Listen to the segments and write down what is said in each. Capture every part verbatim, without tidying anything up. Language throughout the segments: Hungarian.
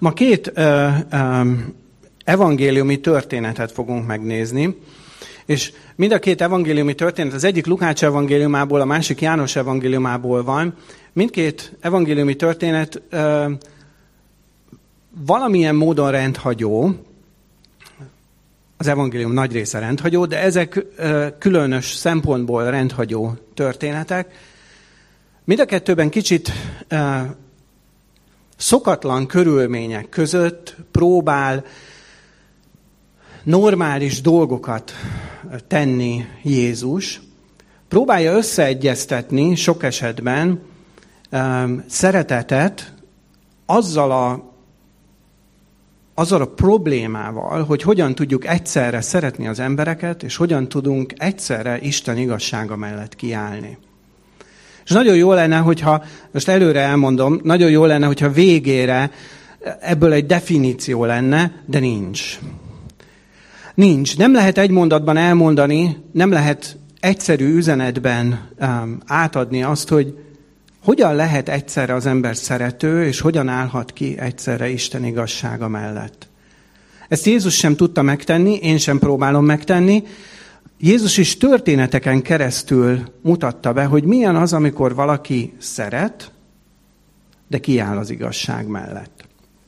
Ma két ö, ö, evangéliumi történetet fogunk megnézni, és mind a két evangéliumi történet, az egyik Lukács evangéliumából, a másik János evangéliumából van. Mindkét evangéliumi történet ö, valamilyen módon rendhagyó, az evangélium nagy része rendhagyó, de ezek ö, különös szempontból rendhagyó történetek. Mind a kettőben kicsit ö, szokatlan körülmények között próbál normális dolgokat tenni Jézus. Próbálja összeegyeztetni sok esetben um, szeretetet azzal a, azzal a problémával, hogy hogyan tudjuk egyszerre szeretni az embereket, és hogyan tudunk egyszerre Isten igazsága mellett kiállni. És nagyon jó lenne, hogyha, most előre elmondom, nagyon jó lenne, hogyha végére ebből egy definíció lenne, de nincs. Nincs. Nem lehet egy mondatban elmondani, nem lehet egyszerű üzenetben um, átadni azt, hogy hogyan lehet egyszerre az ember szerető, és hogyan állhat ki egyszerre Isten igazsága mellett. Ezt Jézus sem tudta megtenni, én sem próbálom megtenni. Jézus is történeteken keresztül mutatta be, hogy milyen az, amikor valaki szeret, de kiáll az igazság mellett.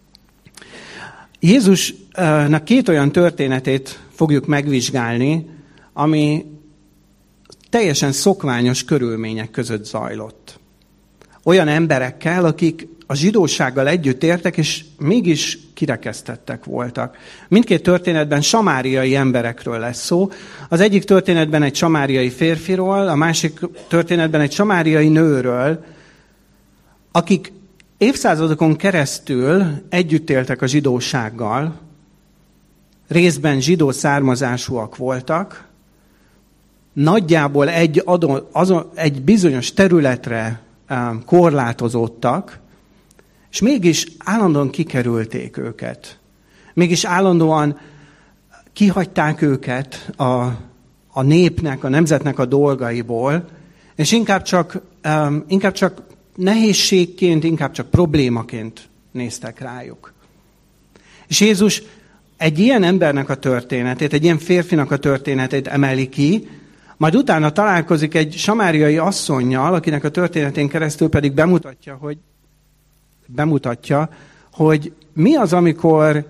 Jézusnak két olyan történetét fogjuk megvizsgálni, ami teljesen szokványos körülmények között zajlott. Olyan emberekkel, akik a zsidósággal együtt értek, és mégis kirekesztettek voltak. Mindkét történetben samáriai emberekről lesz szó. Az egyik történetben egy samáriai férfiról, a másik történetben egy samáriai nőről, akik évszázadokon keresztül együtt éltek a zsidósággal, részben zsidó származásúak voltak, nagyjából egy, adó, azon, egy bizonyos területre um, korlátozódtak, és mégis állandóan kikerülték őket. Mégis állandóan kihagyták őket a, a népnek, a nemzetnek a dolgaiból, és inkább csak, um, inkább csak nehézségként, inkább csak problémaként néztek rájuk. És Jézus egy ilyen embernek a történetét, egy ilyen férfinak a történetét emeli ki, majd utána találkozik egy samáriai asszonnyal, akinek a történetén keresztül pedig bemutatja, hogy, bemutatja, hogy mi az, amikor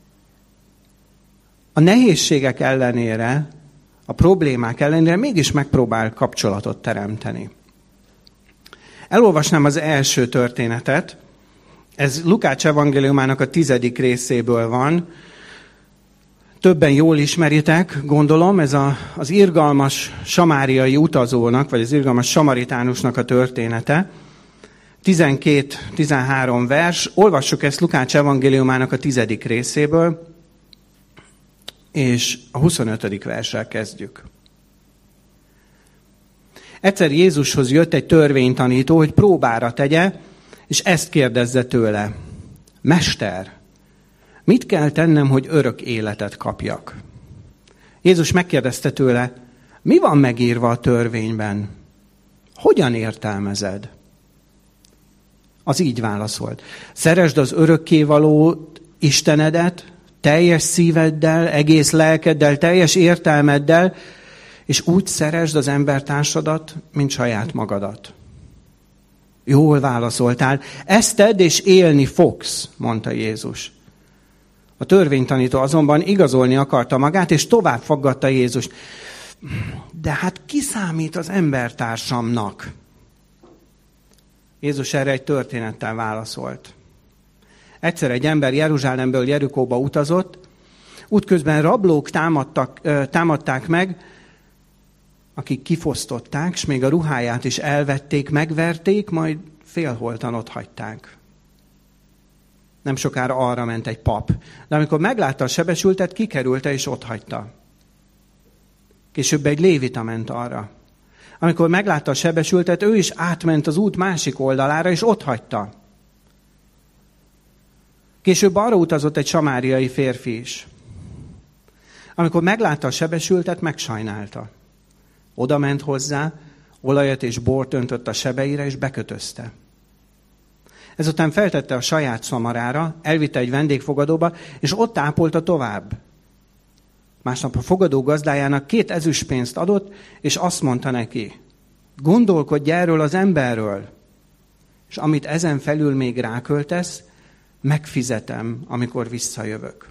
a nehézségek ellenére, a problémák ellenére mégis megpróbál kapcsolatot teremteni. Elolvasnám az első történetet. Ez Lukács evangéliumának a tizedik részéből van. Többen jól ismeritek, gondolom, ez a, az irgalmas samáriai utazónak, vagy az irgalmas samaritánusnak a története. tizenkét-tizenhárom vers. Olvassuk ezt Lukács evangéliumának a tizedik részéből, és a huszonötödik verssel kezdjük. Egyszer Jézushoz jött egy törvénytanító, hogy próbára tegye, és ezt kérdezze tőle. Mester, mit kell tennem, hogy örök életet kapjak? Jézus megkérdezte tőle, mi van megírva a törvényben? Hogyan értelmezed? Az így válaszolt. Szeresd az örökkévaló Istenedet, teljes szíveddel, egész lelkeddel, teljes értelmeddel, és úgy szeresd az embertársadat, mint saját magadat. Jól válaszoltál. Ezt tedd, és élni fogsz, mondta Jézus. A törvénytanító azonban igazolni akarta magát, és tovább faggatta Jézust. De hát ki számít az embertársamnak? Jézus erre egy történettel válaszolt. Egyszer egy ember Jeruzsálemből Jerikóba utazott, útközben rablók támadtak, támadták meg, akik kifosztották, és még a ruháját is elvették, megverték, majd félholtan ott hagyták. Nem sokára arra ment egy pap. De amikor meglátta a sebesültet, kikerülte és ott hagyta. Később egy lévita ment arra. Amikor meglátta a sebesültet, ő is átment az út másik oldalára, és ott hagyta. Később arra utazott egy samáriai férfi is. Amikor meglátta a sebesültet, megsajnálta. Oda ment hozzá, olajat és bort öntött a sebeire, és bekötözte. Ezután feltette a saját szamarára, elvitte egy vendégfogadóba, és ott ápolta tovább. Másnap a fogadó gazdájának két ezüstpénzt adott, és azt mondta neki, gondolkodj erről az emberről, és amit ezen felül még ráköltesz, megfizetem, amikor visszajövök.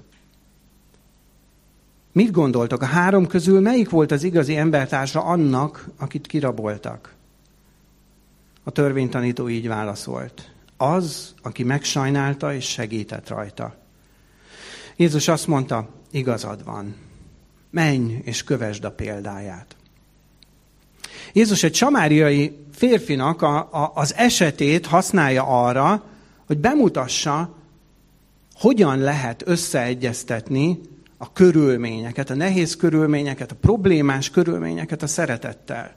Mit gondoltok? A három közül melyik volt az igazi embertársa annak, akit kiraboltak? A törvénytanító így válaszolt. Az, aki megsajnálta és segített rajta. Jézus azt mondta, igazad van. Menj és kövesd a példáját. Jézus egy samáriai férfinak a, a, az esetét használja arra, hogy bemutassa, hogyan lehet összeegyeztetni a körülményeket, a nehéz körülményeket, a problémás körülményeket a szeretettel.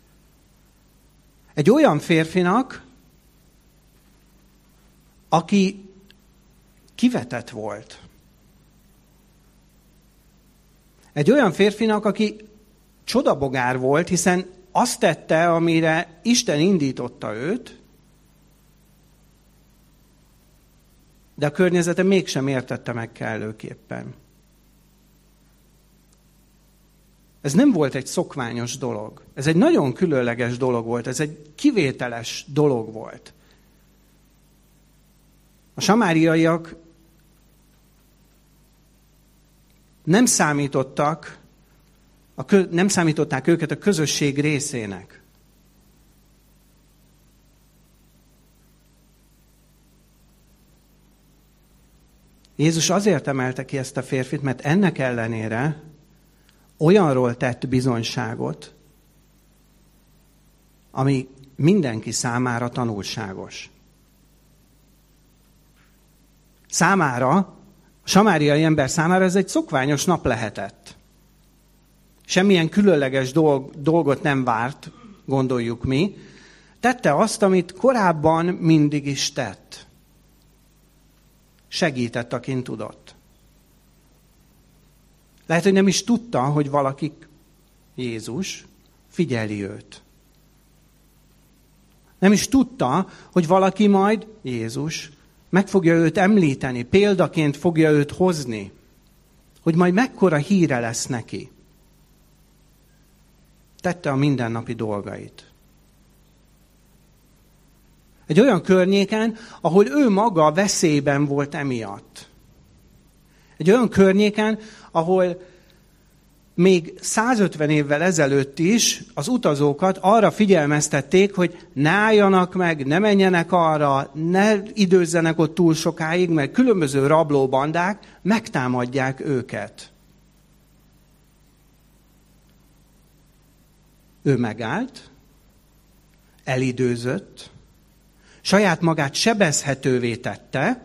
Egy olyan férfinak, aki kivetett volt. Egy olyan férfinak, aki csodabogár volt, hiszen azt tette, amire Isten indította őt, de a környezete mégsem értette meg kellőképpen. Ez nem volt egy szokványos dolog. Ez egy nagyon különleges dolog volt. Ez egy kivételes dolog volt. A samáriaiak nem számítottak, a kö, nem számították őket a közösség részének. Jézus azért emelte ki ezt a férfit, mert ennek ellenére olyanról tett bizonyságot, ami mindenki számára tanulságos. Számára, a samáriai ember számára ez egy szokványos nap lehetett. Semmilyen különleges dolg, dolgot nem várt, gondoljuk mi. Tette azt, amit korábban mindig is tett. Segített, akin tudott. Lehet, hogy nem is tudta, hogy valaki, Jézus, figyeli őt. Nem is tudta, hogy valaki majd, Jézus, meg fogja őt említeni, példaként fogja őt hozni, hogy majd mekkora híre lesz neki. Tette a mindennapi dolgait. Egy olyan környéken, ahol ő maga veszélyben volt emiatt. Egy olyan környéken, ahol még százötven évvel ezelőtt is az utazókat arra figyelmeztették, hogy ne álljanak meg, ne menjenek arra, ne időzzenek ott túl sokáig, mert különböző rablóbandák megtámadják őket. Ő megállt, elidőzött, saját magát sebezhetővé tette,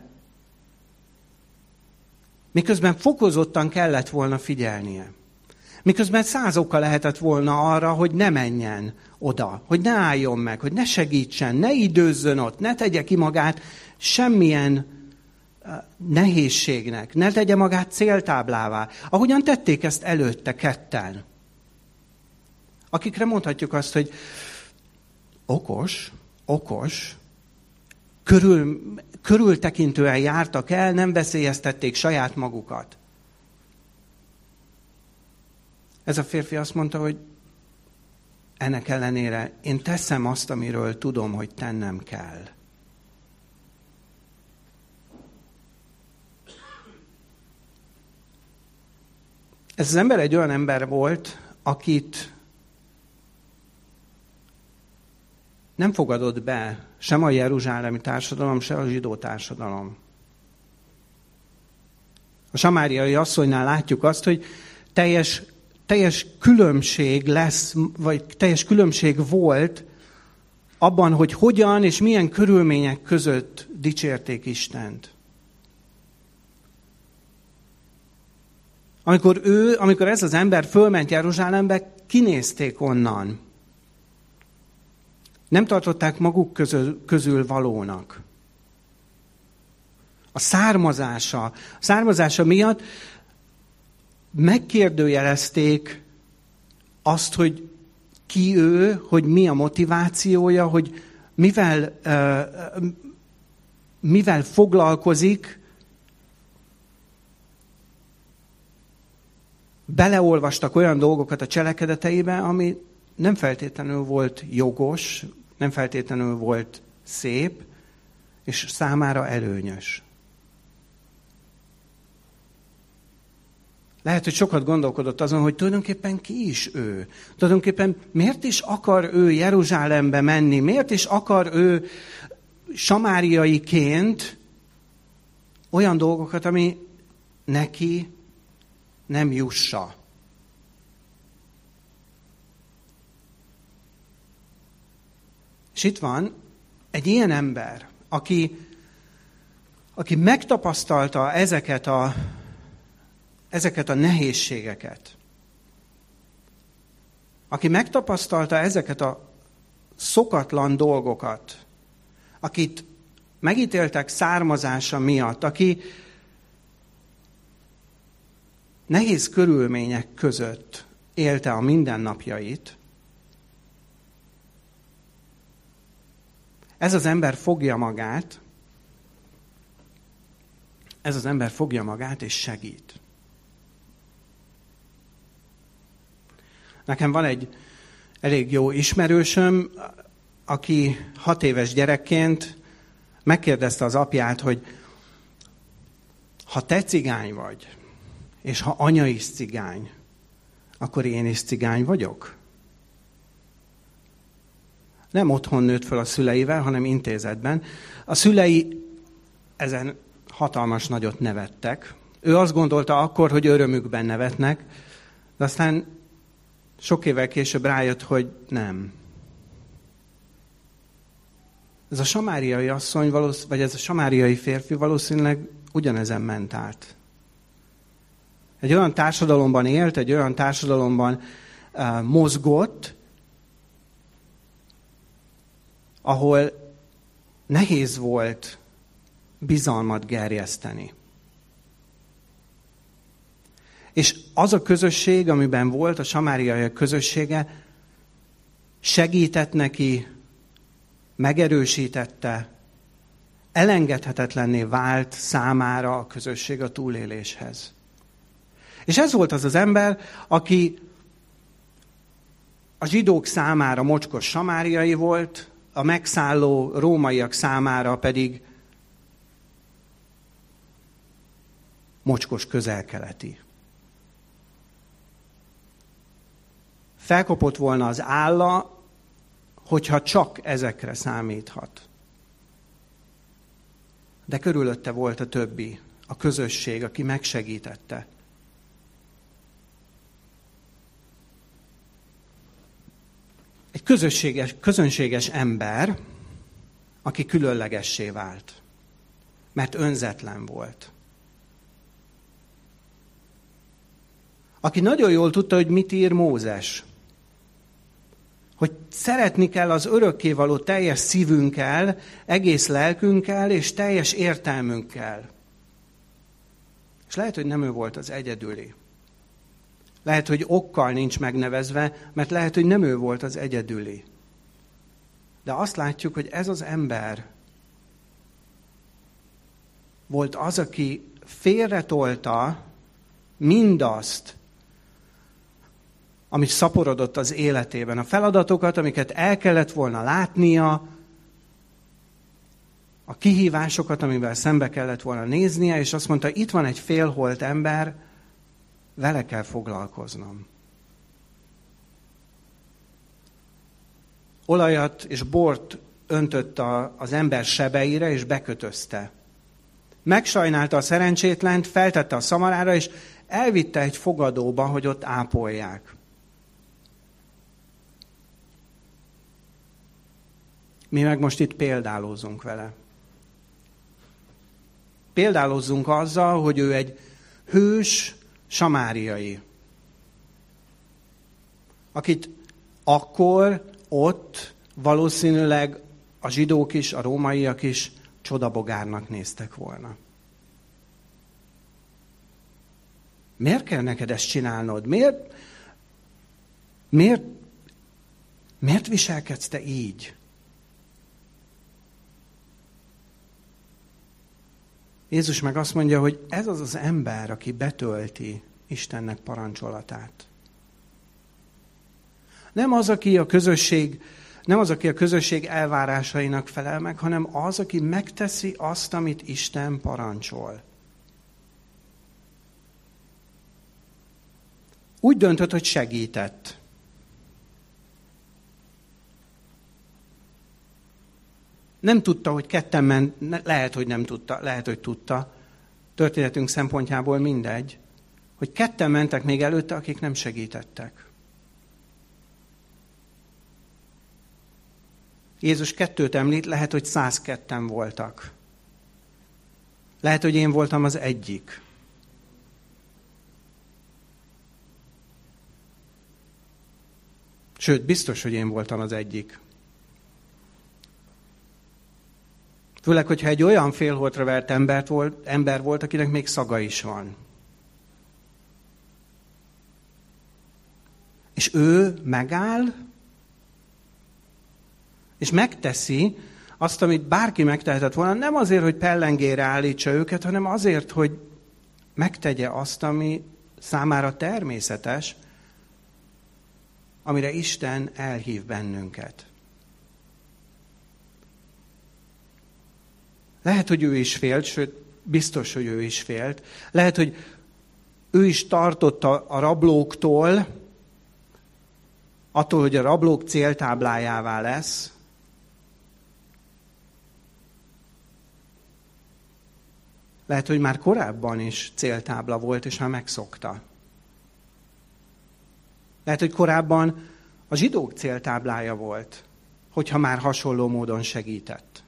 miközben fokozottan kellett volna figyelnie. Miközben száz oka lehetett volna arra, hogy ne menjen oda, hogy ne álljon meg, hogy ne segítsen, ne időzzön ott, ne tegye ki magát semmilyen nehézségnek, ne tegye magát céltáblává. Ahogyan tették ezt előtte ketten. Akikre mondhatjuk azt, hogy okos, okos, körül, körültekintően jártak el, nem veszélyeztették saját magukat. Ez a férfi azt mondta, hogy ennek ellenére én teszem azt, amiről tudom, hogy tennem kell. Ez az ember egy olyan ember volt, akit nem fogadott be sem a jeruzsálemi társadalom, sem a zsidó társadalom. A samáriai asszonynál látjuk azt, hogy teljes, teljes különbség lesz, vagy teljes különbség volt abban, hogy hogyan és milyen körülmények között dicsérték Istent. Amikor ő, amikor ez az ember fölment Jeruzsálembe, kinézték onnan. Nem tartották maguk közül, közül valónak. A származása, a származása miatt megkérdőjelezték azt, hogy ki ő, hogy mi a motivációja, hogy mivel, mivel foglalkozik, beleolvastak olyan dolgokat a cselekedeteibe, ami nem feltétlenül volt jogos, nem feltétlenül volt szép, és számára előnyös. Lehet, hogy sokat gondolkodott azon, hogy tulajdonképpen ki is ő. Tulajdonképpen miért is akar ő Jeruzsálembe menni, miért is akar ő samáriaiként olyan dolgokat, ami neki nem jussa. És itt van egy ilyen ember, aki, aki megtapasztalta ezeket a, ezeket a nehézségeket, aki megtapasztalta ezeket a szokatlan dolgokat, akit megítéltek származása miatt, aki nehéz körülmények között élte a mindennapjait, ez az ember fogja magát, ez az ember fogja magát és segít. Nekem van egy elég jó ismerősöm, aki hat éves gyerekként megkérdezte az apját, hogy ha te cigány vagy, és ha anya is cigány, akkor én is cigány vagyok? Nem otthon nőtt fel a szüleivel, hanem intézetben. A szülei ezen hatalmas nagyot nevettek. Ő azt gondolta akkor, hogy örömükben nevetnek, de aztán sok évvel később rájött, hogy nem. Ez a samáriai asszony, vagy ez a samáriai férfi valószínűleg ugyanezen ment át. Egy olyan társadalomban élt, egy olyan társadalomban uh, mozgott, ahol nehéz volt bizalmat gerjeszteni. És az a közösség, amiben volt, a samáriai közössége, segített neki, megerősítette, elengedhetetlenné vált számára a közösség a túléléshez. És ez volt az az ember, aki a zsidók számára mocskos samáriai volt, a megszálló rómaiak számára pedig mocskos közel-keleti. Felkopott volna az álla, hogyha csak ezekre számíthat. De körülötte volt a többi, a közösség, aki megsegítette. Egy közösséges, közönséges ember, aki különlegessé vált, mert önzetlen volt. Aki nagyon jól tudta, hogy mit ír Mózes. Hogy szeretni kell az örökkévaló teljes szívünkkel, egész lelkünkkel és teljes értelmünkkel. És lehet, hogy nem ő volt az egyedüli. Lehet, hogy okkal nincs megnevezve, mert lehet, hogy nem ő volt az egyedüli. De azt látjuk, hogy ez az ember volt az, aki félretolta mindazt, amit szaporodott az életében. A feladatokat, amiket el kellett volna látnia, a kihívásokat, amivel szembe kellett volna néznie, és azt mondta, itt van egy félholt ember, vele kell foglalkoznom. Olajat és bort öntött a, az ember sebeire, és bekötözte. Megsajnálta a szerencsétlent, feltette a szamarára, és elvitte egy fogadóba, hogy ott ápolják. Mi meg most itt példálózunk vele. Példálózzunk azzal, hogy ő egy hős samáriai, akit akkor ott valószínűleg a zsidók is, a rómaiak is csodabogárnak néztek volna. Miért kell neked ezt csinálnod? Miért, miért, miért viselkedsz te így? Jézus meg azt mondja, hogy ez az az ember, aki betölti Istennek parancsolatát. Nem az, aki a közösség, nem az, aki a közösség elvárásainak felel meg, hanem az, aki megteszi azt, amit Isten parancsol. Úgy döntött, hogy segített. Nem tudta, hogy ketten ment, lehet, hogy nem tudta, lehet, hogy tudta. Történetünk szempontjából mindegy, hogy ketten mentek még előtte, akik nem segítettek. Jézus kettőt említ, lehet, hogy százketten voltak. Lehet, hogy én voltam az egyik. Sőt, biztos, hogy én voltam az egyik. Főleg, hogyha egy olyan félholtra vert embert volt, ember volt, akinek még szaga is van. És ő megáll, és megteszi azt, amit bárki megtehetett volna, nem azért, hogy pellengére állítsa őket, hanem azért, hogy megtegye azt, ami számára természetes, amire Isten elhív bennünket. Lehet, hogy ő is félt, sőt, biztos, hogy ő is félt. Lehet, hogy ő is tartott a, a rablóktól, attól, hogy a rablók céltáblájává lesz. Lehet, hogy már korábban is céltábla volt, és már megszokta. Lehet, hogy korábban a zsidók céltáblája volt, hogyha már hasonló módon segített.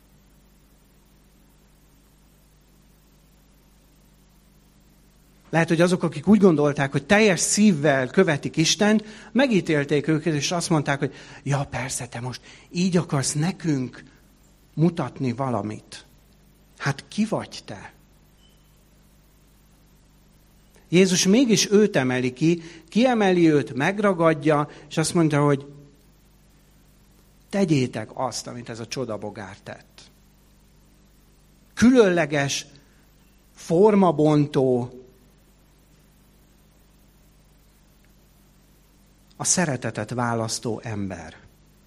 Lehet, hogy azok, akik úgy gondolták, hogy teljes szívvel követik Istent, megítélték őket, és azt mondták, hogy ja, persze, te most így akarsz nekünk mutatni valamit. Hát ki vagy te? Jézus mégis őt emeli ki, kiemeli őt, megragadja, és azt mondja, hogy tegyétek azt, amit ez a csodabogár tett. Különleges, formabontó, a szeretetet választó ember.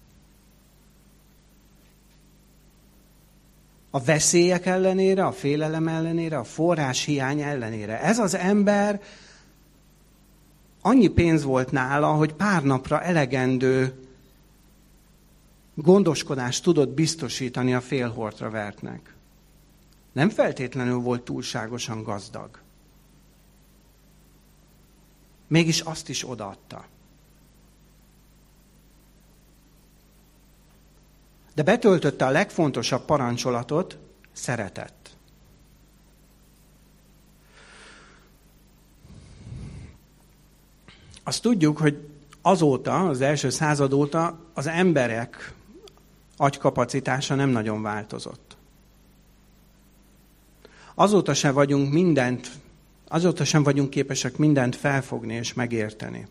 A veszélyek ellenére, a félelem ellenére, a forrás hiány ellenére. Ez az ember, annyi pénz volt nála, hogy pár napra elegendő gondoskodást tudott biztosítani a félholtra vertnek. Nem feltétlenül volt túlságosan gazdag. Mégis azt is odaadta. De betöltötte a legfontosabb parancsolatot, szeretett. Azt tudjuk, hogy azóta, az első század óta az emberek agykapacitása nem nagyon változott. Azóta sem vagyunk mindent, azóta sem vagyunk képesek mindent felfogni és megérteni.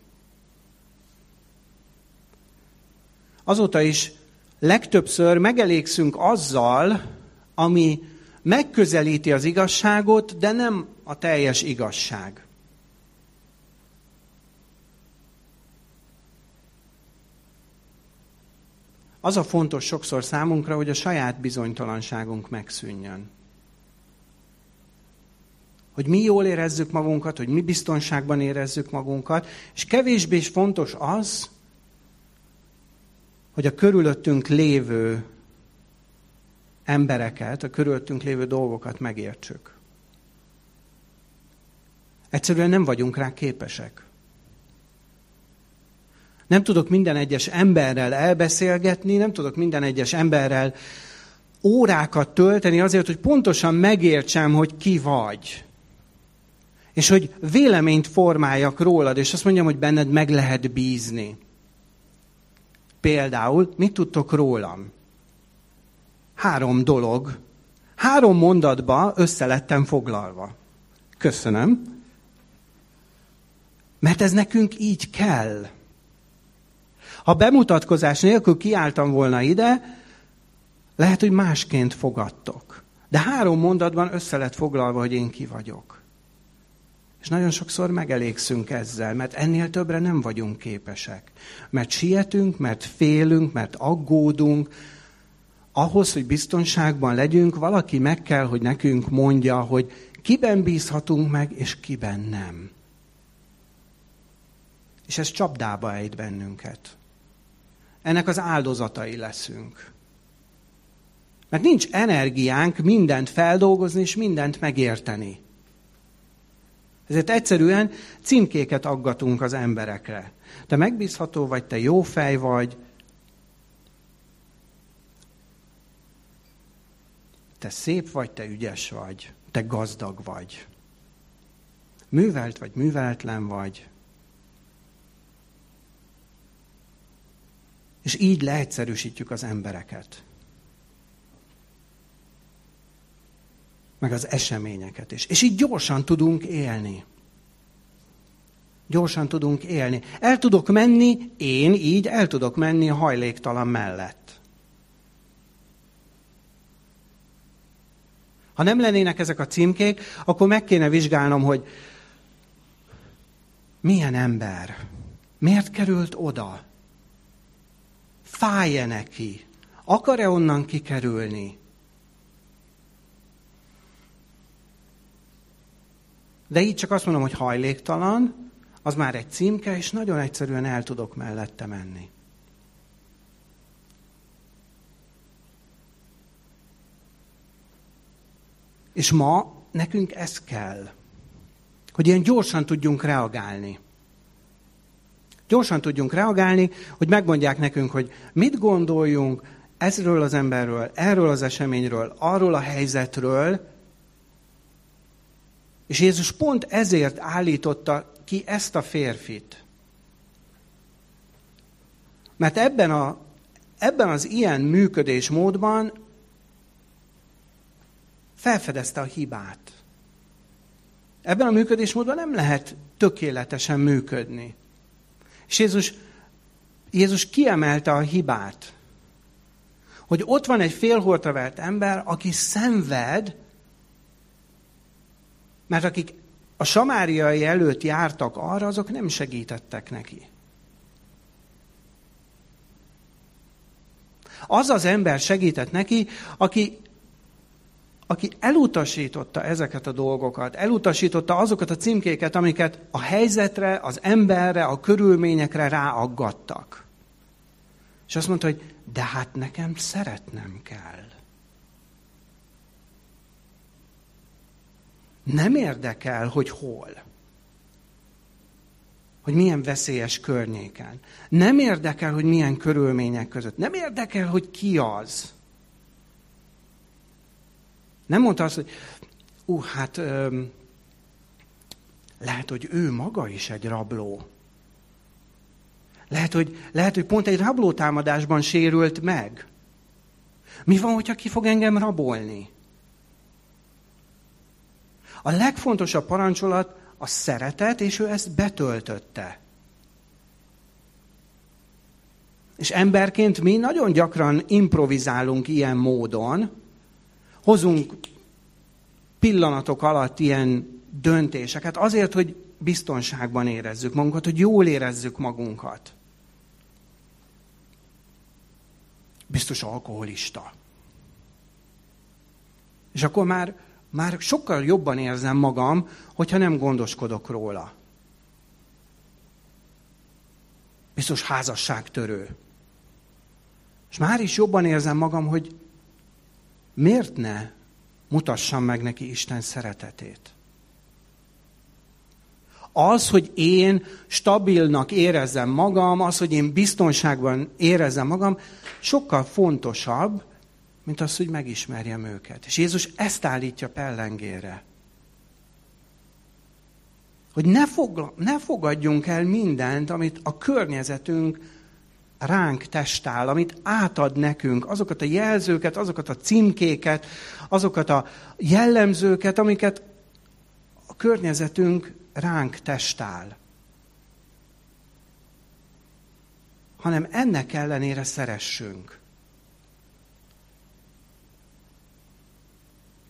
Azóta is legtöbbször megelégszünk azzal, ami megközelíti az igazságot, de nem a teljes igazság. Az a fontos sokszor számunkra, hogy a saját bizonytalanságunk megszűnjön. Hogy mi jól érezzük magunkat, hogy mi biztonságban érezzük magunkat, és kevésbé is fontos az, hogy a körülöttünk lévő embereket, a körülöttünk lévő dolgokat megértsük. Egyszerűen nem vagyunk rá képesek. Nem tudok minden egyes emberrel elbeszélgetni, nem tudok minden egyes emberrel órákat tölteni azért, hogy pontosan megértsem, hogy ki vagy. És hogy véleményt formáljak rólad, és azt mondjam, hogy benned meg lehet bízni. Például, mit tudtok rólam? Három dolog. Három mondatba össze lettem foglalva. Köszönöm. Mert ez nekünk így kell. Ha bemutatkozás nélkül kiálltam volna ide, lehet, hogy másként fogadtok. De három mondatban össze lett foglalva, hogy én ki vagyok. És nagyon sokszor megelégszünk ezzel, mert ennél többre nem vagyunk képesek. Mert sietünk, mert félünk, mert aggódunk. Ahhoz, hogy biztonságban legyünk, valaki meg kell, hogy nekünk mondja, hogy kiben bízhatunk meg, és kiben nem. És ez csapdába ejt bennünket. Ennek az áldozatai leszünk. Mert nincs energiánk mindent feldolgozni és mindent megérteni. Ezért egyszerűen címkéket aggatunk az emberekre. Te megbízható vagy, te jó fej vagy, te szép vagy, te ügyes vagy, te gazdag vagy. Művelt vagy, műveletlen vagy. És így leegyszerűsítjük az embereket. Meg az eseményeket is. És így gyorsan tudunk élni. Gyorsan tudunk élni. El tudok menni, én így el tudok menni a hajléktalan mellett. Ha nem lennének ezek a címkék, akkor meg kéne vizsgálnom, hogy milyen ember, miért került oda, fáj-e neki, akar-e onnan kikerülni. De így csak azt mondom, hogy hajléktalan, az már egy címke, és nagyon egyszerűen el tudok mellette menni. És ma nekünk ez kell, hogy ilyen gyorsan tudjunk reagálni. Gyorsan tudjunk reagálni, hogy megmondják nekünk, hogy mit gondoljunk ezről az emberről, erről az eseményről, arról a helyzetről. És Jézus pont ezért állította ki ezt a férfit. Mert ebben, a, ebben az ilyen működésmódban felfedezte a hibát. Ebben a működésmódban nem lehet tökéletesen működni. És Jézus, Jézus kiemelte a hibát. Hogy ott van egy félholtra vert ember, aki szenved, mert akik a samáriai előtt jártak arra, azok nem segítettek neki. Az az ember segített neki, aki, aki elutasította ezeket a dolgokat, elutasította azokat a címkéket, amiket a helyzetre, az emberre, a körülményekre ráaggattak. És azt mondta, hogy de hát nekem szeretnem kell. Nem érdekel, hogy hol. Hogy milyen veszélyes környéken. Nem érdekel, hogy milyen körülmények között. Nem érdekel, hogy ki az. Nem mondta azt, hogy ú, hát öm, lehet, hogy ő maga is egy rabló. Lehet, hogy, lehet, hogy pont egy rablótámadásban sérült meg. Mi van, hogyha ki fog engem rabolni? A legfontosabb parancsolat a szeretet, és ő ezt betöltötte. És emberként mi nagyon gyakran improvizálunk ilyen módon, hozunk pillanatok alatt ilyen döntéseket, azért, hogy biztonságban érezzük magunkat, hogy jól érezzük magunkat. Biztos alkoholista. És akkor már Már sokkal jobban érzem magam, hogyha nem gondoskodok róla. Biztos házasságtörő. És már is jobban érzem magam, hogy miért ne mutassam meg neki Isten szeretetét. Az, hogy én stabilnak érezzem magam, az, hogy én biztonságban érezzem magam, sokkal fontosabb, mint az, hogy megismerjem őket. És Jézus ezt állítja pellengére. Hogy ne, fogla, ne fogadjunk el mindent, amit a környezetünk ránk testál, amit átad nekünk, azokat a jelzőket, azokat a címkéket, azokat a jellemzőket, amiket a környezetünk ránk testál. Hanem ennek ellenére szeressünk.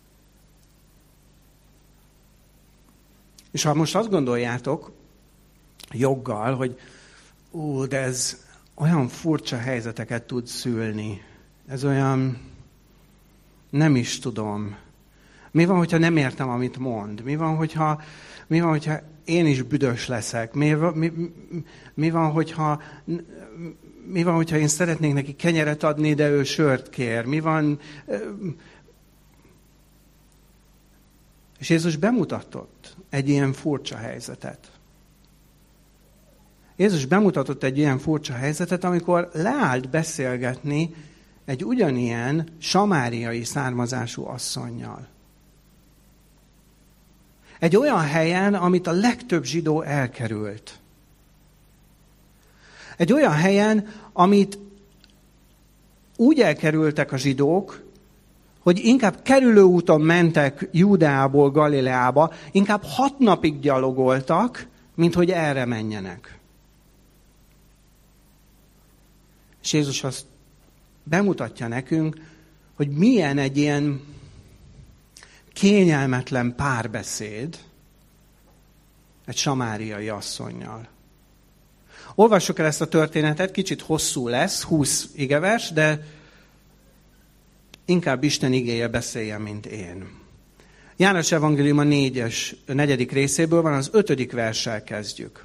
És ha most azt gondoljátok, joggal, hogy ú, de ez olyan furcsa helyzeteket tud szülni. Ez olyan, nem is tudom. Mi van, hogyha nem értem, amit mond? Mi van, hogyha, mi van, hogyha én is büdös leszek? Mi, mi, mi van, hogyha, mi van, hogyha én szeretnék neki kenyeret adni, de ő sört kér? Mi van? És Jézus bemutatott egy ilyen furcsa helyzetet. Jézus bemutatott egy ilyen furcsa helyzetet, amikor leállt beszélgetni egy ugyanilyen samáriai származású asszonnyal. Egy olyan helyen, amit a legtöbb zsidó elkerült. Egy olyan helyen, amit úgy elkerültek a zsidók, hogy inkább kerülőúton mentek Júdeából Galileába, inkább hat napig gyalogoltak, mint hogy erre menjenek. És Jézus azt bemutatja nekünk, hogy milyen egy ilyen kényelmetlen párbeszéd egy samáriai asszonnyal. Olvassuk el ezt a történetet, kicsit hosszú lesz, húsz igevers, de inkább Isten igéje beszéljen, mint én. János evangélium a négyes, negyedik részéből van, az ötödik verssel kezdjük.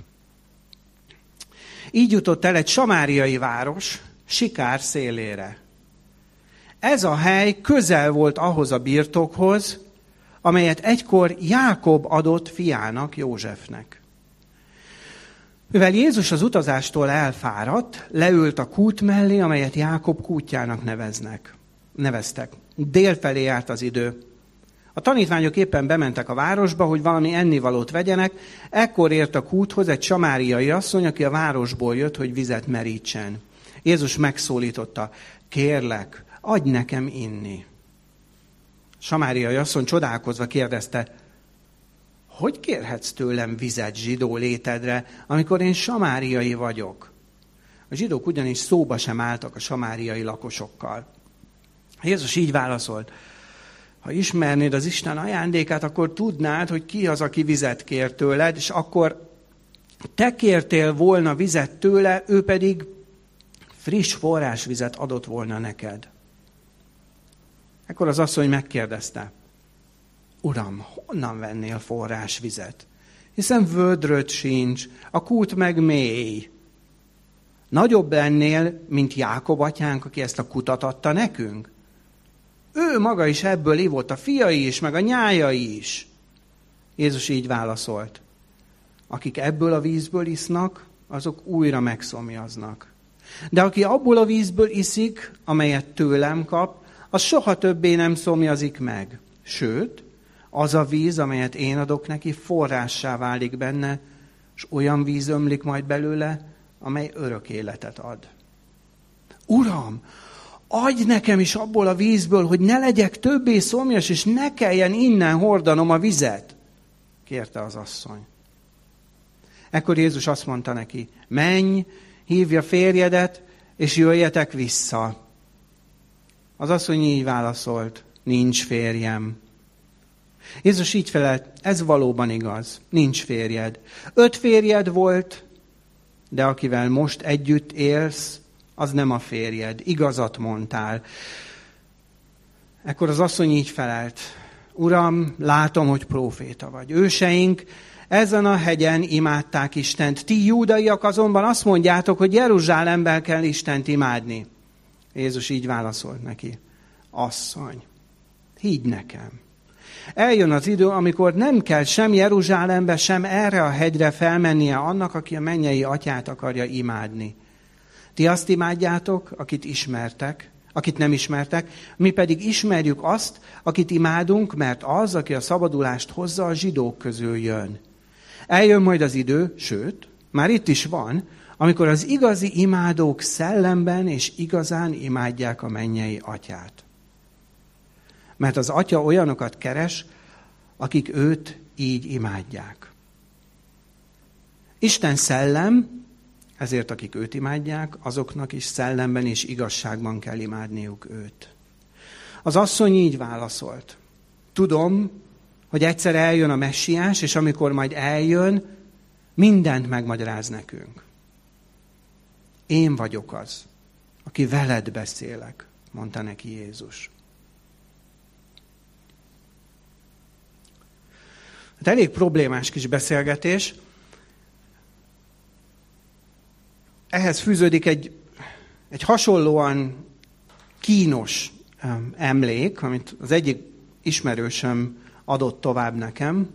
Így jutott el egy samáriai város Sikár szélére. Ez a hely közel volt ahhoz a birtokhoz, amelyet egykor Jákob adott fiának, Józsefnek. Mivel Jézus az utazástól elfáradt, leült a kút mellé, amelyet Jákob kútjának neveznek, neveztek. Délfelé járt az idő. A tanítványok éppen bementek a városba, hogy valami ennivalót vegyenek, ekkor ért a kúthoz egy samáriai asszony, aki a városból jött, hogy vizet merítsen. Jézus megszólította, kérlek, adj nekem inni. Samáriai asszony csodálkozva kérdezte, hogy kérhetsz tőlem vizet zsidó létedre, amikor én samáriai vagyok? A zsidók ugyanis szóba sem álltak a samáriai lakosokkal. Jézus így válaszolt, ha ismernéd az Isten ajándékát, akkor tudnád, hogy ki az, aki vizet kér tőled, és akkor te kértél volna vizet tőle, ő pedig friss forrásvizet adott volna neked. Ekkor az asszony megkérdezte, Uram, honnan vennél forrásvizet? Hiszen vödröd sincs, a kút meg mély. Nagyobb lennél, mint Jákob atyánk, aki ezt a kutat adta nekünk? Ő maga is ebből ivott, a fiai is, meg a nyájai is. Jézus így válaszolt, akik ebből a vízből isznak, azok újra megszomjaznak. De aki abból a vízből iszik, amelyet tőlem kap, az soha többé nem szomjazik meg. Sőt, az a víz, amelyet én adok neki, forrássá válik benne, és olyan víz ömlik majd belőle, amely örök életet ad. Uram, adj nekem is abból a vízből, hogy ne legyek többé szomjas, és ne kelljen innen hordanom a vizet, kérte az asszony. Ekkor Jézus azt mondta neki, menj, hívja férjedet, és jöjjetek vissza. Az asszony így válaszolt, nincs férjem. Jézus így felelt, ez valóban igaz, nincs férjed. Öt férjed volt, de akivel most együtt élsz, az nem a férjed, igazat mondtál. Ekkor az asszony így felelt, Uram, látom, hogy próféta vagy. Őseink ezen a hegyen imádták Istent. Ti júdaiak azonban azt mondjátok, hogy Jeruzsálemben kell Istent imádni. Jézus így válaszolt neki, asszony, higgy nekem. Eljön az idő, amikor nem kell sem Jeruzsálembe, sem erre a hegyre felmennie annak, aki a mennyei atyát akarja imádni. Ti azt imádjátok, akit ismertek, akit nem ismertek, mi pedig ismerjük azt, akit imádunk, mert az, aki a szabadulást hozza, a zsidók közül jön. Eljön majd az idő, sőt, már itt is van, amikor az igazi imádók szellemben és igazán imádják a mennyei atyát. Mert az atya olyanokat keres, akik őt így imádják. Isten szellem, ezért akik őt imádják, azoknak is szellemben és igazságban kell imádniuk őt. Az asszony így válaszolt. Tudom, hogy egyszer eljön a messiás, és amikor majd eljön, mindent megmagyaráz nekünk. Én vagyok az, aki veled beszélek, mondta neki Jézus. Hát elég problémás kis beszélgetés. Ehhez fűződik egy, egy hasonlóan kínos um, emlék, amit az egyik ismerősöm adott tovább nekem.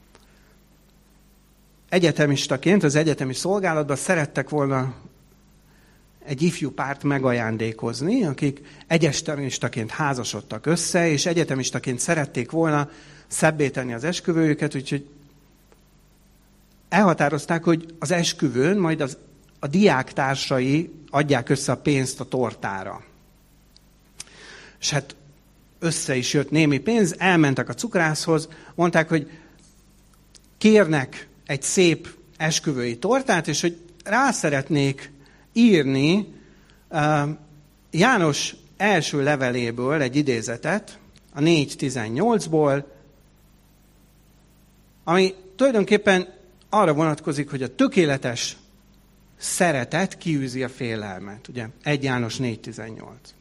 Egyetemistaként az egyetemi szolgálatban szerettek volna egy ifjú párt megajándékozni, akik egyetemistaként házasodtak össze, és egyetemistaként szerették volna szebbé tenni az esküvőjüket, úgyhogy elhatározták, hogy az esküvőn majd az, a diák társai adják össze a pénzt a tortára. És hát össze is jött némi pénz, elmentek a cukrászhoz, mondták, hogy kérnek egy szép esküvői tortát, és hogy rá szeretnék írni uh, János első leveléből egy idézetet, a négy tizennyolcból, ami tulajdonképpen arra vonatkozik, hogy a tökéletes szeretet kiűzi a félelmet. Ugye? egy János négy tizennyolc.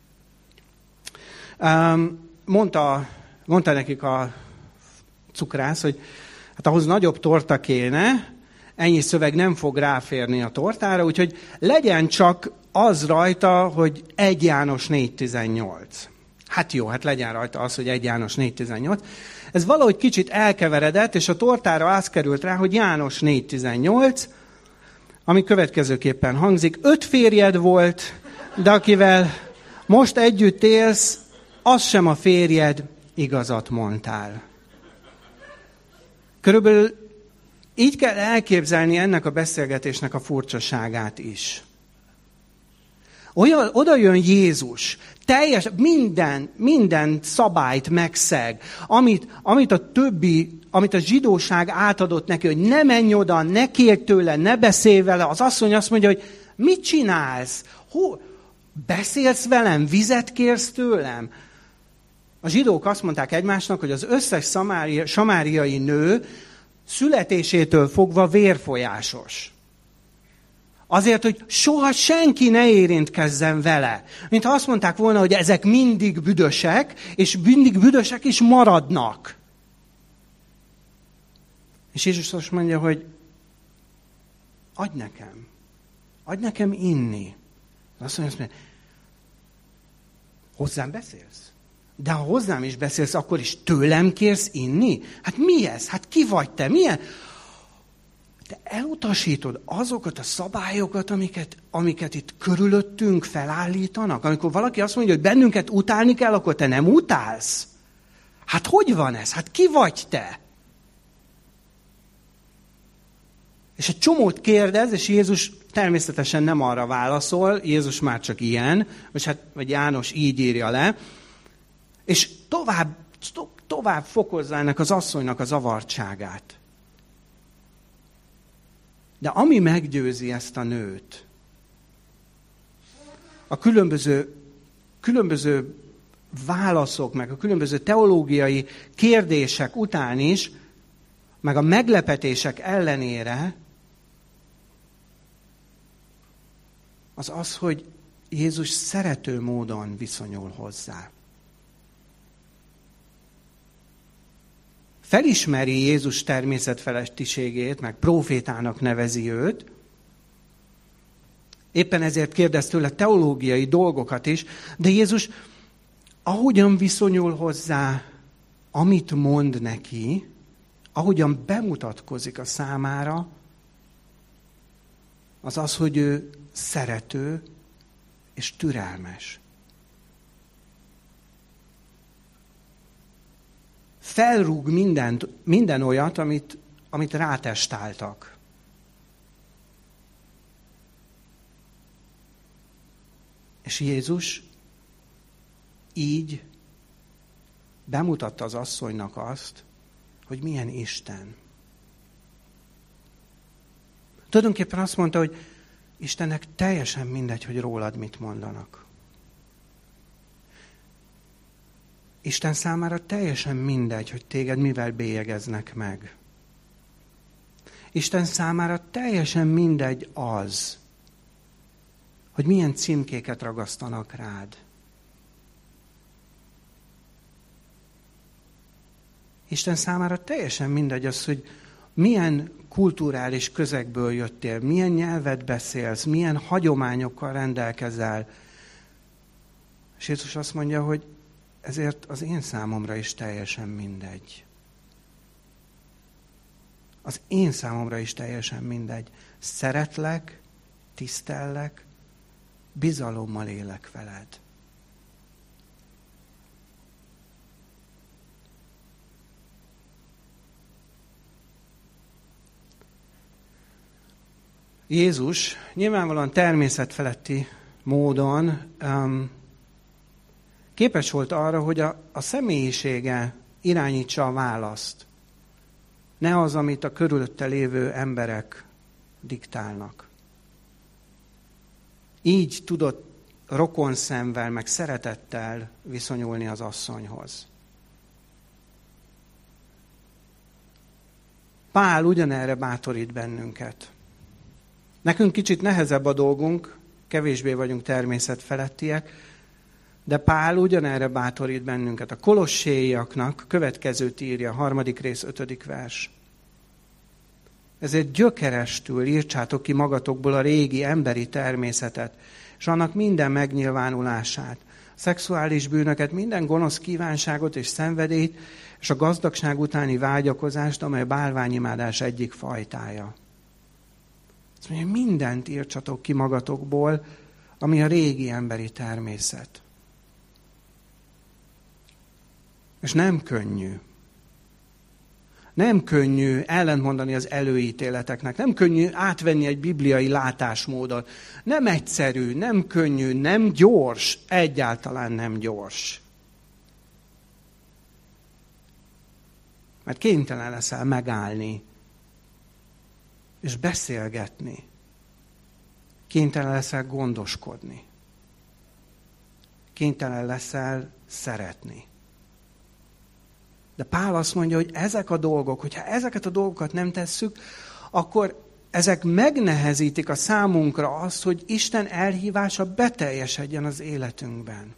Um, mondta, mondta nekik a cukrász, hogy hát ahhoz nagyobb torta kéne, ennyi szöveg nem fog ráférni a tortára, úgyhogy legyen csak az rajta, hogy egy János négy tizennyolc. Hát jó, hát legyen rajta az, hogy egy János négy tizennyolc. Ez valahogy kicsit elkeveredett, és a tortára az került rá, hogy János négy tizennyolc, ami következőképpen hangzik. Öt férjed volt, de akivel most együtt élsz, az sem a férjed, igazat mondtál. Körülbelül így kell elképzelni ennek a beszélgetésnek a furcsaságát is. Olyan, oda jön Jézus, teljes, minden, minden szabályt megszeg, amit, amit a többi, amit a zsidóság átadott neki, hogy ne menj oda, ne kérj tőle, ne beszélj vele, az asszony azt mondja, hogy mit csinálsz? Hol? Beszélsz velem? Vizet kérsz tőlem? A zsidók azt mondták egymásnak, hogy az összes szamária, samáriai nő születésétől fogva vérfolyásos. Azért, hogy soha senki ne érintkezzen vele. Mintha azt mondták volna, hogy ezek mindig büdösek, és mindig büdösek is maradnak. És Jézus azt mondja, hogy adj nekem. Adj nekem inni. Azt mondja, hogy hozzám beszélsz? De ha hozzám is beszélsz, akkor is tőlem kérsz inni? Hát mi ez? Hát ki vagy te? Milyen? Te elutasítod azokat a szabályokat, amiket, amiket itt körülöttünk felállítanak? Amikor valaki azt mondja, hogy bennünket utálni kell, akkor te nem utálsz? Hát hogy van ez? Hát ki vagy te? És egy csomót kérdez, és Jézus természetesen nem arra válaszol, Jézus már csak ilyen, vagy, hát, vagy János így írja le, és tovább, to, tovább fokozza ennek az asszonynak a zavartságát. De ami meggyőzi ezt a nőt, a különböző, különböző válaszok, meg a különböző teológiai kérdések után is, meg a meglepetések ellenére, az az, hogy Jézus szerető módon viszonyul hozzá. Felismeri Jézus természetfelettiségét, meg prófétának nevezi őt. Éppen ezért kérdez tőle teológiai dolgokat is, de Jézus ahogyan viszonyul hozzá, amit mond neki, ahogyan bemutatkozik a számára, az az, hogy ő szerető és türelmes. Felrúg mindent, minden olyat, amit, amit rátestáltak. És Jézus így bemutatta az asszonynak azt, hogy milyen Isten. Tulajdonképpen azt mondta, hogy Istennek teljesen mindegy, hogy rólad mit mondanak. Isten számára teljesen mindegy, hogy téged mivel bélyegeznek meg. Isten számára teljesen mindegy az, hogy milyen címkéket ragasztanak rád. Isten számára teljesen mindegy az, hogy milyen kulturális közegből jöttél, milyen nyelvet beszélsz, milyen hagyományokkal rendelkezel. És Jézus azt mondja, hogy ezért az én számomra is teljesen mindegy. Az én számomra is teljesen mindegy. Szeretlek, tisztellek, bizalommal élek veled. Jézus nyilvánvalóan természetfeletti módon um, képes volt arra, hogy a, a személyisége irányítsa a választ. Ne az, amit a körülötte lévő emberek diktálnak. Így tudott rokonszemvel, meg szeretettel viszonyulni az asszonyhoz. Pál ugyanerre bátorít bennünket. Nekünk kicsit nehezebb a dolgunk, kevésbé vagyunk természetfelettiek, de Pál ugyanerre bátorít bennünket. A kolosséiaknak következőt írja, harmadik rész, ötödik vers. Ezért gyökerestül írtsátok ki magatokból a régi emberi természetet, és annak minden megnyilvánulását, a szexuális bűnöket, minden gonosz kívánságot és szenvedélyt, és a gazdagság utáni vágyakozást, amely a bálványimádás egyik fajtája. Azt mondja, mindent írtsatok ki magatokból, ami a régi emberi természet. És nem könnyű. Nem könnyű ellentmondani az előítéleteknek, nem könnyű átvenni egy bibliai látásmódot. Nem egyszerű, nem könnyű, nem gyors, egyáltalán nem gyors. Mert kénytelen leszel megállni, és beszélgetni. Kénytelen leszel gondoskodni. Kénytelen leszel szeretni. De Pál azt mondja, hogy ezek a dolgok, hogyha ezeket a dolgokat nem tesszük, akkor ezek megnehezítik a számunkra azt, hogy Isten elhívása beteljesedjen az életünkben.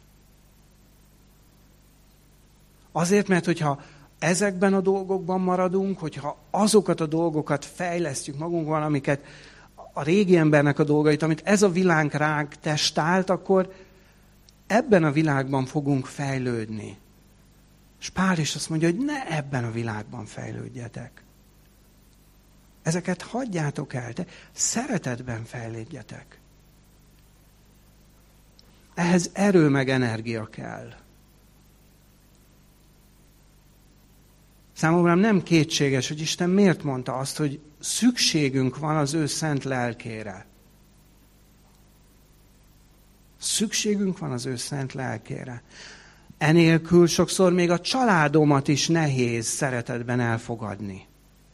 Azért, mert hogyha ezekben a dolgokban maradunk, hogyha azokat a dolgokat fejlesztjük magunkban, amiket a régi embernek a dolgait, amit ez a világ ránk testált, akkor ebben a világban fogunk fejlődni. És Pál is azt mondja, hogy ne ebben a világban fejlődjetek. Ezeket hagyjátok el, de szeretetben fejlődjetek. Ehhez erő meg energia kell. Számomra nem kétséges, hogy Isten miért mondta azt, hogy szükségünk van az ő szent lelkére. Szükségünk van az ő szent lelkére. Enélkül sokszor még a családomat is nehéz szeretetben elfogadni.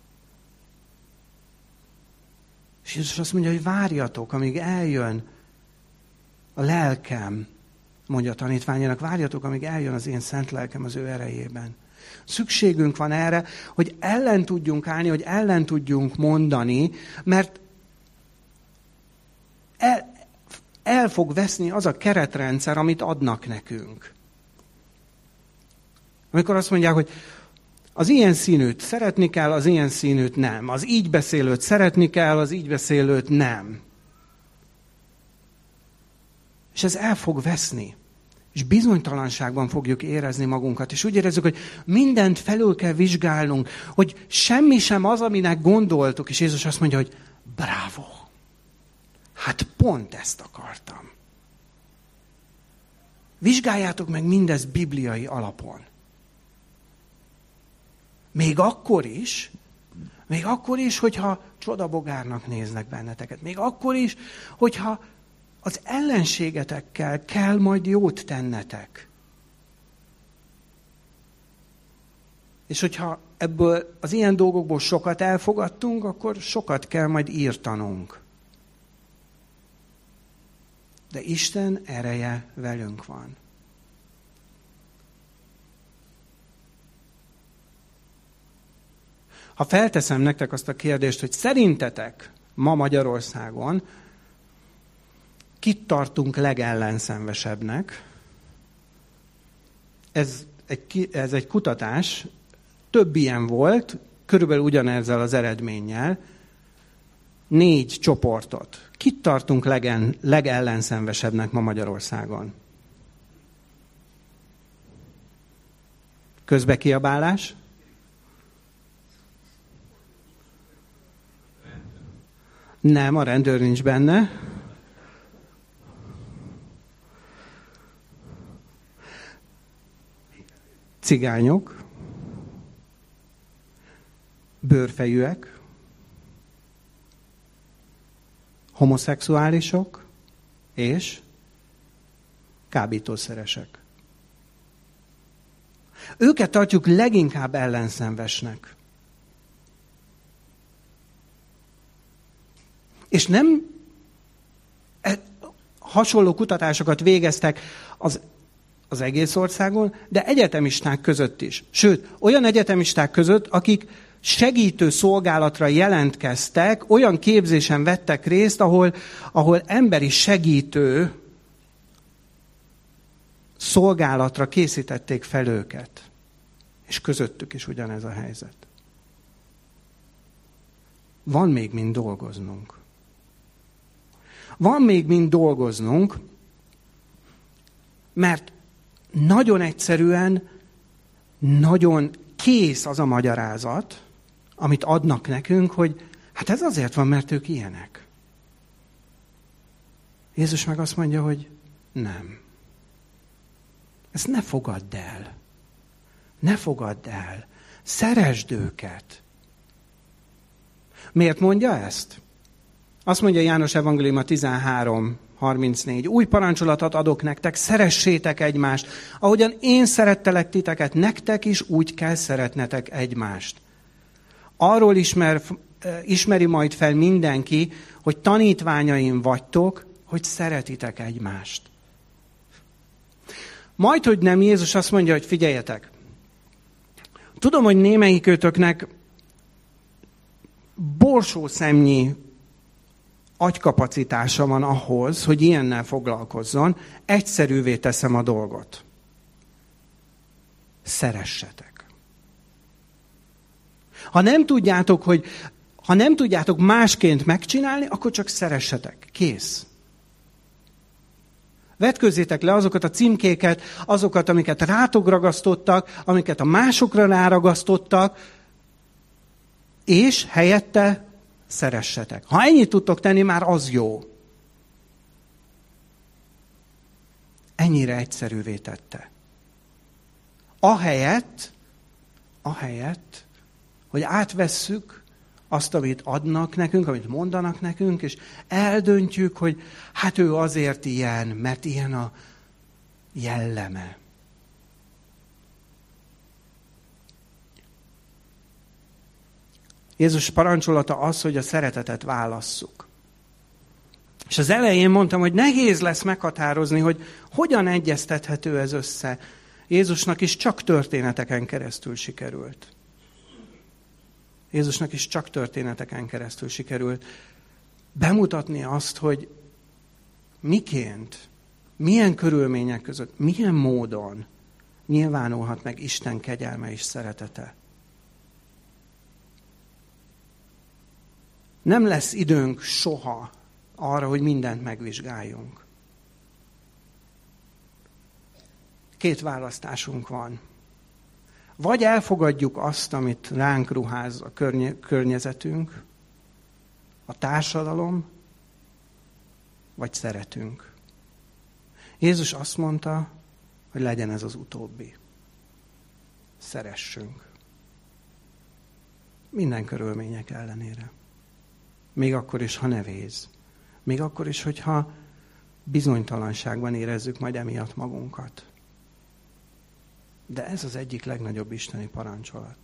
És Jézus azt mondja, hogy várjatok, amíg eljön a lelkem, mondja a tanítványának, várjatok, amíg eljön az én szent lelkem az ő erejében. Szükségünk van erre, hogy ellen tudjunk állni, hogy ellen tudjunk mondani, mert el, el fog veszni az a keretrendszer, amit adnak nekünk. Amikor azt mondják, hogy az ilyen színűt szeretni kell, az ilyen színűt nem. Az így beszélőt szeretni kell, az így beszélőt nem. És ez el fog veszni. És bizonytalanságban fogjuk érezni magunkat. És úgy érezzük, hogy mindent felül kell vizsgálnunk, hogy semmi sem az, aminek gondoltuk. És Jézus azt mondja, hogy bravo! Hát pont ezt akartam. Vizsgáljátok meg mindezt bibliai alapon. Még akkor is, még akkor is, hogyha csodabogárnak néznek benneteket. Még akkor is, hogyha az ellenségetekkel kell majd jót tennetek. És hogyha ebből az ilyen dolgokból sokat elfogadtunk, akkor sokat kell majd írtanunk. De Isten ereje velünk van. Ha felteszem nektek azt a kérdést, hogy szerintetek ma Magyarországon kit tartunk legellenszenvesebbnek, ez egy, ez egy kutatás, több ilyen volt, körülbelül ugyanezzel az eredménnyel, négy csoportot. Kit tartunk legen, legellenszenvesebbnek ma Magyarországon? Közbekiabálás? Nem, a rendőr nincs benne. Cigányok, bőrfejűek, homoszexuálisok és kábítószeresek. Őket tartjuk leginkább ellenszenvesnek. És nem e, hasonló kutatásokat végeztek az, az egész országon, de egyetemisták között is. Sőt, olyan egyetemisták között, akik segítő szolgálatra jelentkeztek, olyan képzésen vettek részt, ahol, ahol emberi segítő szolgálatra készítették fel őket. És közöttük is ugyanez a helyzet. Van még mind dolgoznunk. Van még mind dolgoznunk, mert nagyon egyszerűen, nagyon kész az a magyarázat, amit adnak nekünk, hogy hát ez azért van, mert ők ilyenek. Jézus meg azt mondja, hogy nem. Ezt ne fogadd el. Ne fogadd el. Szeresd őket. Miért mondja ezt? Azt mondja János Evangéliuma tizenhárom harmincnégy. Új parancsolatot adok nektek, szeressétek egymást. Ahogyan én szerettelek titeket, nektek is úgy kell szeretnetek egymást. Arról ismer, ismeri majd fel mindenki, hogy tanítványaim vagytok, hogy szeretitek egymást. Majd, hogy nem, Jézus azt mondja, hogy figyeljetek. Tudom, hogy némelyikőtöknek borsószemnyi agykapacitása van ahhoz, hogy ilyennel foglalkozzon. Egyszerűvé teszem a dolgot. Szeressetek. Ha nem tudjátok, hogy ha nem tudjátok másként megcsinálni, akkor csak szeressetek. Kész. Vetkőzzétek le azokat a címkéket, azokat, amiket rátok ragasztottak, amiket a másokra ráragasztottak, és helyette szeressetek. Ha ennyit tudtok tenni, már az jó. Ennyire egyszerűvé tette. Ahelyett, ahelyett, hogy átvesszük azt, amit adnak nekünk, amit mondanak nekünk, és eldöntjük, hogy hát ő azért ilyen, mert ilyen a jelleme. Jézus parancsolata az, hogy a szeretetet válasszuk. És az elején mondtam, hogy nehéz lesz meghatározni, hogy hogyan egyeztethető ez össze. Jézusnak is csak történeteken keresztül sikerült. Jézusnak is csak történeteken keresztül sikerült bemutatni azt, hogy miként, milyen körülmények között, milyen módon nyilvánulhat meg Isten kegyelme és szeretete. Nem lesz időnk soha arra, hogy mindent megvizsgáljunk. Két választásunk van. Vagy elfogadjuk azt, amit ránk ruház a környe- környezetünk, a társadalom, vagy szeretünk. Jézus azt mondta, hogy legyen ez az utóbbi. Szeressünk. Minden körülmények ellenére. Még akkor is, ha nevéz. Még akkor is, hogyha bizonytalanságban érezzük majd emiatt magunkat. De ez az egyik legnagyobb isteni parancsolat.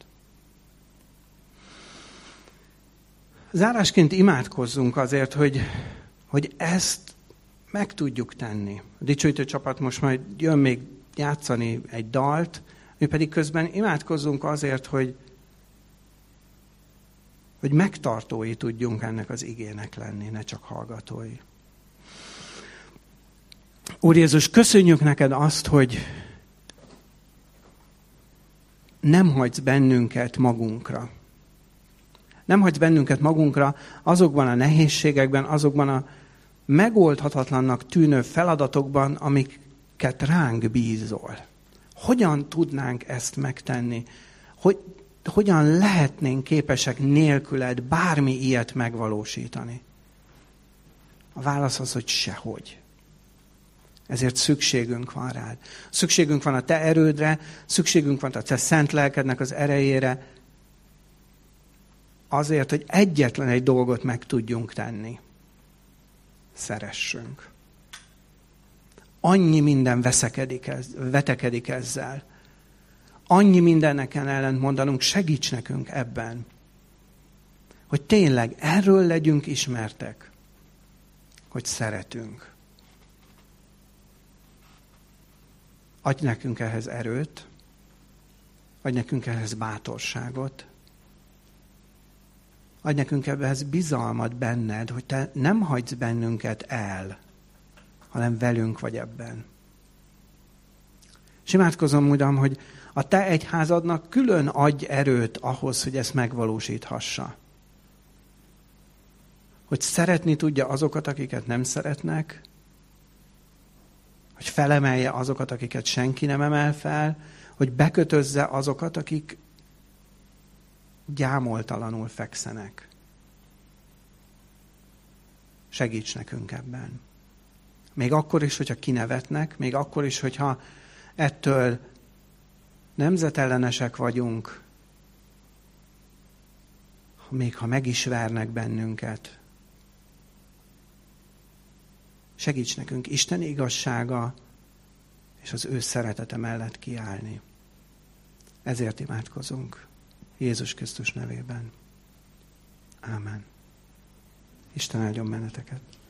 Zárásként imádkozzunk azért, hogy, hogy ezt meg tudjuk tenni. A dicsőítő csapat most majd jön még játszani egy dalt, mi pedig közben imádkozzunk azért, hogy, hogy megtartói tudjunk ennek az igének lenni, ne csak hallgatói. Úr Jézus, köszönjük neked azt, hogy nem hagysz bennünket magunkra. Nem hagysz bennünket magunkra azokban a nehézségekben, azokban a megoldhatatlannak tűnő feladatokban, amiket ránk bízol. Hogyan tudnánk ezt megtenni? Hogy, hogyan lehetnénk képesek nélküled bármi ilyet megvalósítani? A válasz az, hogy sehogy. Ezért szükségünk van rád. Szükségünk van a te erődre, szükségünk van a te szent lelkednek az erejére, azért, hogy egyetlen egy dolgot meg tudjunk tenni. Szeressünk. Annyi minden veszekedik ez, vetekedik ezzel. Annyi mindennek kell ellent mondanunk, segíts nekünk ebben. Hogy tényleg erről legyünk ismertek, hogy szeretünk. Adj nekünk ehhez erőt, adj nekünk ehhez bátorságot, adj nekünk ehhez bizalmat benned, hogy te nem hagysz bennünket el, hanem velünk vagy ebben. És imádkozom, Uram, hogy a te egyházadnak külön adj erőt ahhoz, hogy ezt megvalósíthassa. Hogy szeretni tudja azokat, akiket nem szeretnek, hogy felemelje azokat, akiket senki nem emel fel, hogy bekötözze azokat, akik gyámoltalanul fekszenek. Segíts nekünk ebben. Még akkor is, hogyha kinevetnek, még akkor is, hogyha ettől nemzetellenesek vagyunk, még ha meg is vernek bennünket. Segíts nekünk Isten igazsága és az ő szeretete mellett kiállni. Ezért imádkozunk. Jézus Krisztus nevében. Ámen. Isten áldjon benneteket.